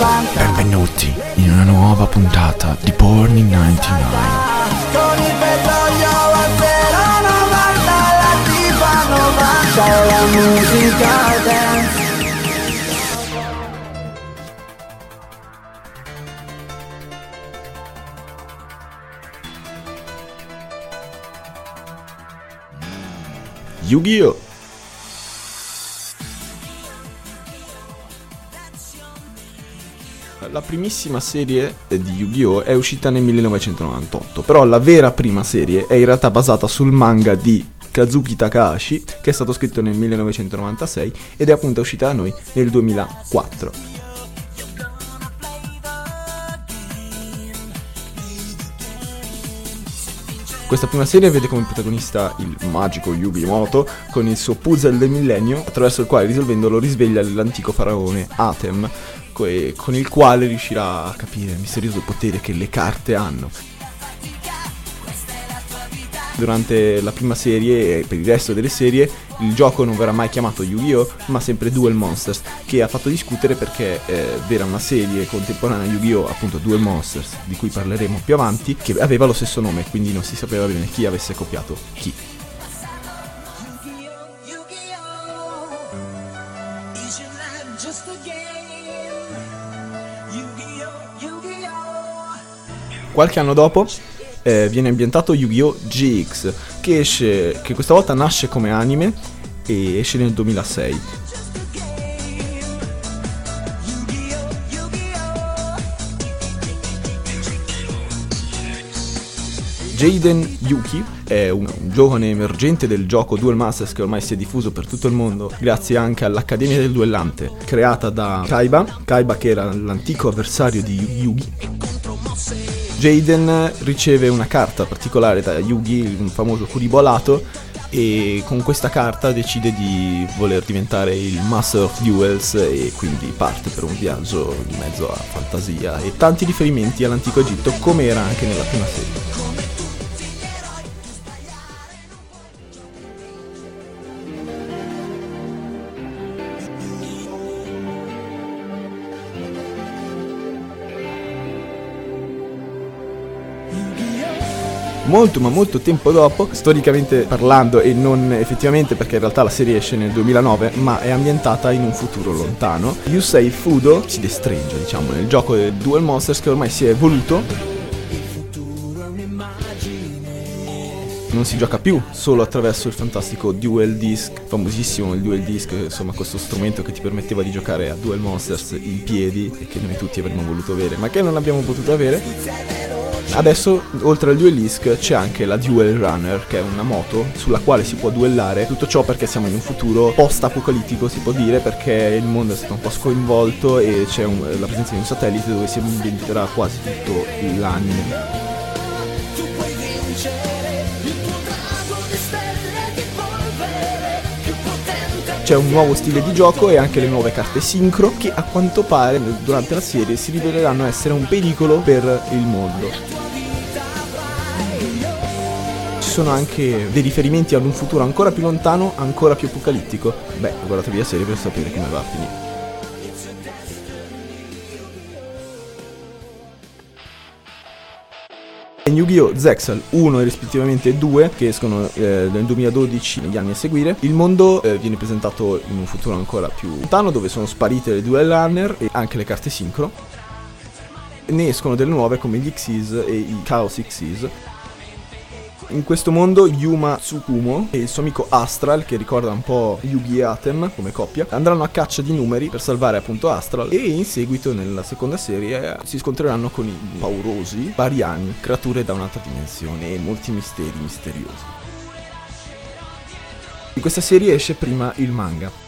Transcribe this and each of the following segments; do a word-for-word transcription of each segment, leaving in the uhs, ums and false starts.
novanta. Benvenuti in una nuova puntata di Born in novantanove. Con il petrolio a zero novanta, la tipa novanta e la musica dance. Yu-Gi-Oh! La primissima serie di Yu-Gi-Oh! È uscita nel millenovecentonovantotto, però la vera prima serie è in realtà basata sul manga di Kazuki Takahashi, che è stato scritto nel millenovecentonovantasei ed è appunto uscita da noi nel duemilaquattro. Questa prima serie vede come protagonista il magico Yugi Moto con il suo puzzle del millennio, attraverso il quale, risolvendolo, risveglia l'antico faraone Atem, co- con il quale riuscirà a capire il misterioso potere che le carte hanno. Durante la prima serie e per il resto delle serie il gioco non verrà mai chiamato Yu-Gi-Oh! Ma sempre Duel Monsters, che ha fatto discutere perché eh, era una serie contemporanea a Yu-Gi-Oh! Appunto Duel Monsters, di cui parleremo più avanti, che aveva lo stesso nome, quindi non si sapeva bene chi avesse copiato chi. Qualche anno dopo Eh, viene ambientato Yu-Gi-Oh! G X, che esce, che questa volta nasce come anime e esce nel duemilasei. Jaden Yuki è un, un giovane emergente del gioco Duel Masters, che ormai si è diffuso per tutto il mondo grazie anche all'Accademia del Duellante, creata da Kaiba, Kaiba che era l'antico avversario di Yugi. Jaden riceve una carta particolare da Yugi, un famoso Kuribo alato, e con questa carta decide di voler diventare il Master of Duels e quindi parte per un viaggio in mezzo a fantasia e tanti riferimenti all'antico Egitto, come era anche nella prima serie. Molto ma molto tempo dopo, storicamente parlando e non effettivamente, perché in realtà la serie esce nel duemilanove, ma è ambientata in un futuro lontano, Yusei Fudo si destreggia, diciamo, nel gioco del Duel Monsters, che ormai si è evoluto. Non si gioca più solo attraverso il fantastico Duel Disk, famosissimo il Duel Disk, insomma questo strumento che ti permetteva di giocare a Duel Monsters in piedi e che noi tutti avremmo voluto avere, ma che non abbiamo potuto avere. Adesso, oltre al Duel Disk, c'è anche la Duel Runner, che è una moto sulla quale si può duellare. Tutto ciò perché siamo in un futuro post-apocalittico, si può dire, perché il mondo è stato un po' sconvolto e c'è un, la presenza di un satellite dove si ambienterà quasi tutto l'anime. C'è un nuovo stile di gioco e anche le nuove carte sincro, che a quanto pare durante la serie si riveleranno essere un pericolo per il mondo. Ci sono anche dei riferimenti ad un futuro ancora più lontano, ancora più apocalittico. Beh, guardatevi la serie per sapere come va a finire. In Yu-Gi-Oh! Zexal uno e rispettivamente due, che escono eh, nel duemiladodici, negli anni a seguire, il mondo eh, viene presentato in un futuro ancora più lontano, dove sono sparite le Duel Runner e anche le carte sincro. Ne escono delle nuove come gli Xyz e i Chaos Xyz. In questo mondo Yuma Tsukumo e il suo amico Astral, che ricorda un po' Yugi e Atem come coppia, andranno a caccia di numeri per salvare appunto Astral, e in seguito nella seconda serie si scontreranno con i paurosi Bariani, creature da un'altra dimensione e molti misteri misteriosi. In questa serie esce prima il manga.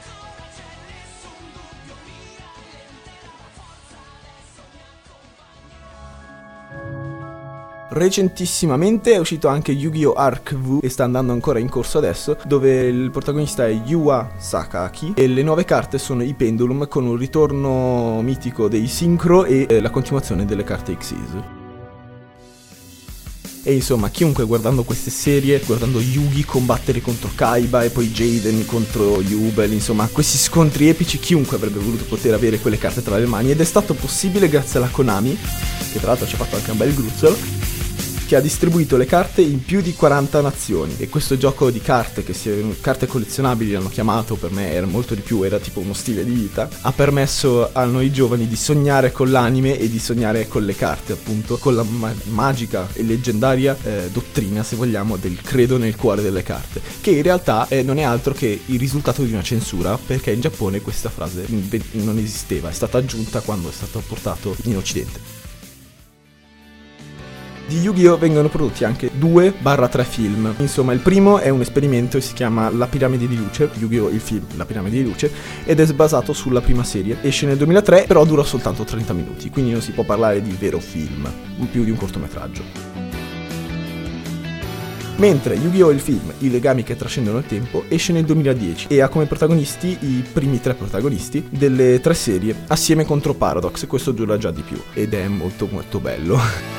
Recentissimamente è uscito anche Yu-Gi-Oh! Arc V, e sta andando ancora in corso adesso, dove il protagonista è Yua Sakaki e le nuove carte sono i Pendulum, con un ritorno mitico dei Synchro e eh, la continuazione delle carte Xyz. E insomma, chiunque guardando queste serie, guardando Yugi combattere contro Kaiba e poi Jaden contro Yubel, insomma questi scontri epici, chiunque avrebbe voluto poter avere quelle carte tra le mani, ed è stato possibile grazie alla Konami, che tra l'altro ci ha fatto anche un bel gruzzolo, che ha distribuito le carte in più di quaranta nazioni. E questo gioco di carte, che si è, carte collezionabili l'hanno chiamato, per me era molto di più, era tipo uno stile di vita, ha permesso a noi giovani di sognare con l'anime e di sognare con le carte, appunto, con la ma- magica e leggendaria eh, dottrina, se vogliamo, del credo nel cuore delle carte, che in realtà eh, non è altro che il risultato di una censura, perché in Giappone questa frase non esisteva, è stata aggiunta quando è stato portato in Occidente. Di Yu-Gi-Oh! Vengono prodotti anche due tre film. Insomma, il primo è un esperimento e si chiama La Piramide di Luce, Yu-Gi-Oh! Il film La Piramide di Luce, ed è basato sulla prima serie. Esce nel duemilatré, però dura soltanto trenta minuti, quindi non si può parlare di vero film, più di un cortometraggio. Mentre Yu-Gi-Oh! Il film, I legami che trascendono il tempo, esce nel duemiladieci e ha come protagonisti i primi tre protagonisti delle tre serie, assieme contro Paradox, e questo dura già di più, ed è molto molto bello.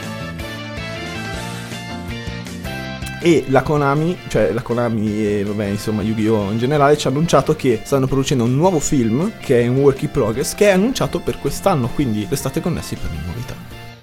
E la Konami, cioè la Konami e vabbè insomma Yu-Gi-Oh! In generale, ci ha annunciato che stanno producendo un nuovo film, che è un work in progress, che è annunciato per quest'anno, quindi restate connessi per le novità.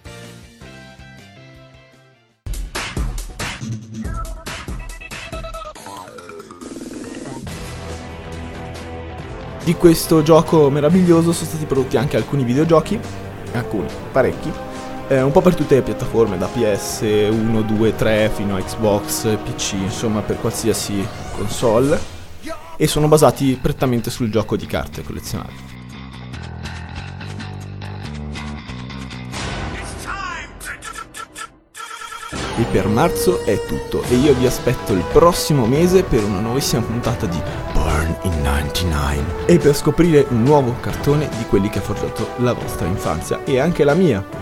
Di questo gioco meraviglioso sono stati prodotti anche alcuni videogiochi, alcuni, parecchi, eh, un po' per tutte le piattaforme, da P S uno, due, tre fino a Xbox, P C, insomma per qualsiasi console, e sono basati prettamente sul gioco di carte collezionabili. E per marzo è tutto, e io vi aspetto il prossimo mese per una nuovissima puntata di Born in novantanove e per scoprire un nuovo cartone di quelli che ha forgiato la vostra infanzia e anche la mia.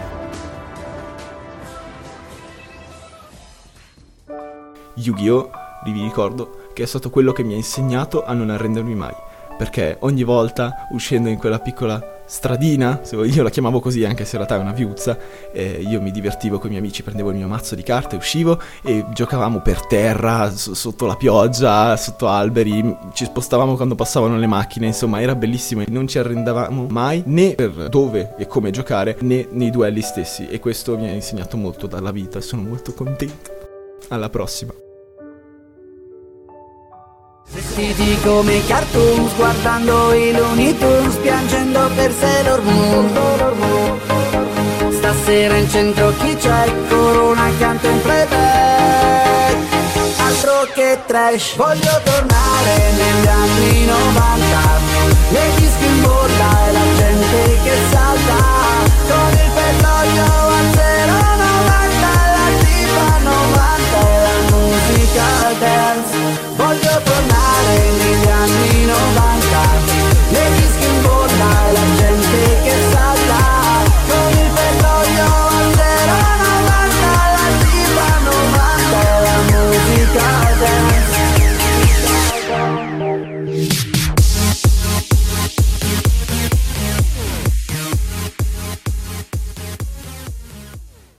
Yu-Gi-Oh! Vi ricordo che è stato quello che mi ha insegnato a non arrendermi mai, perché ogni volta uscendo in quella piccola stradina, se io la chiamavo così anche se in realtà è una viuzza, eh, io mi divertivo con i miei amici, prendevo il mio mazzo di carte, uscivo e giocavamo per terra, s- sotto la pioggia, sotto alberi, ci spostavamo quando passavano le macchine, insomma era bellissimo e non ci arrendavamo mai, né per dove e come giocare, né nei duelli stessi, e questo mi ha insegnato molto dalla vita e sono molto contento. Alla prossima. Vestiti come i cartoons, guardando i Looney Tunes, piangendo per Sailor Moon. Stasera in centro chi c'è? Corona accanto in playback. Altro che trash, voglio tornare negli anni novanta, nei dischi in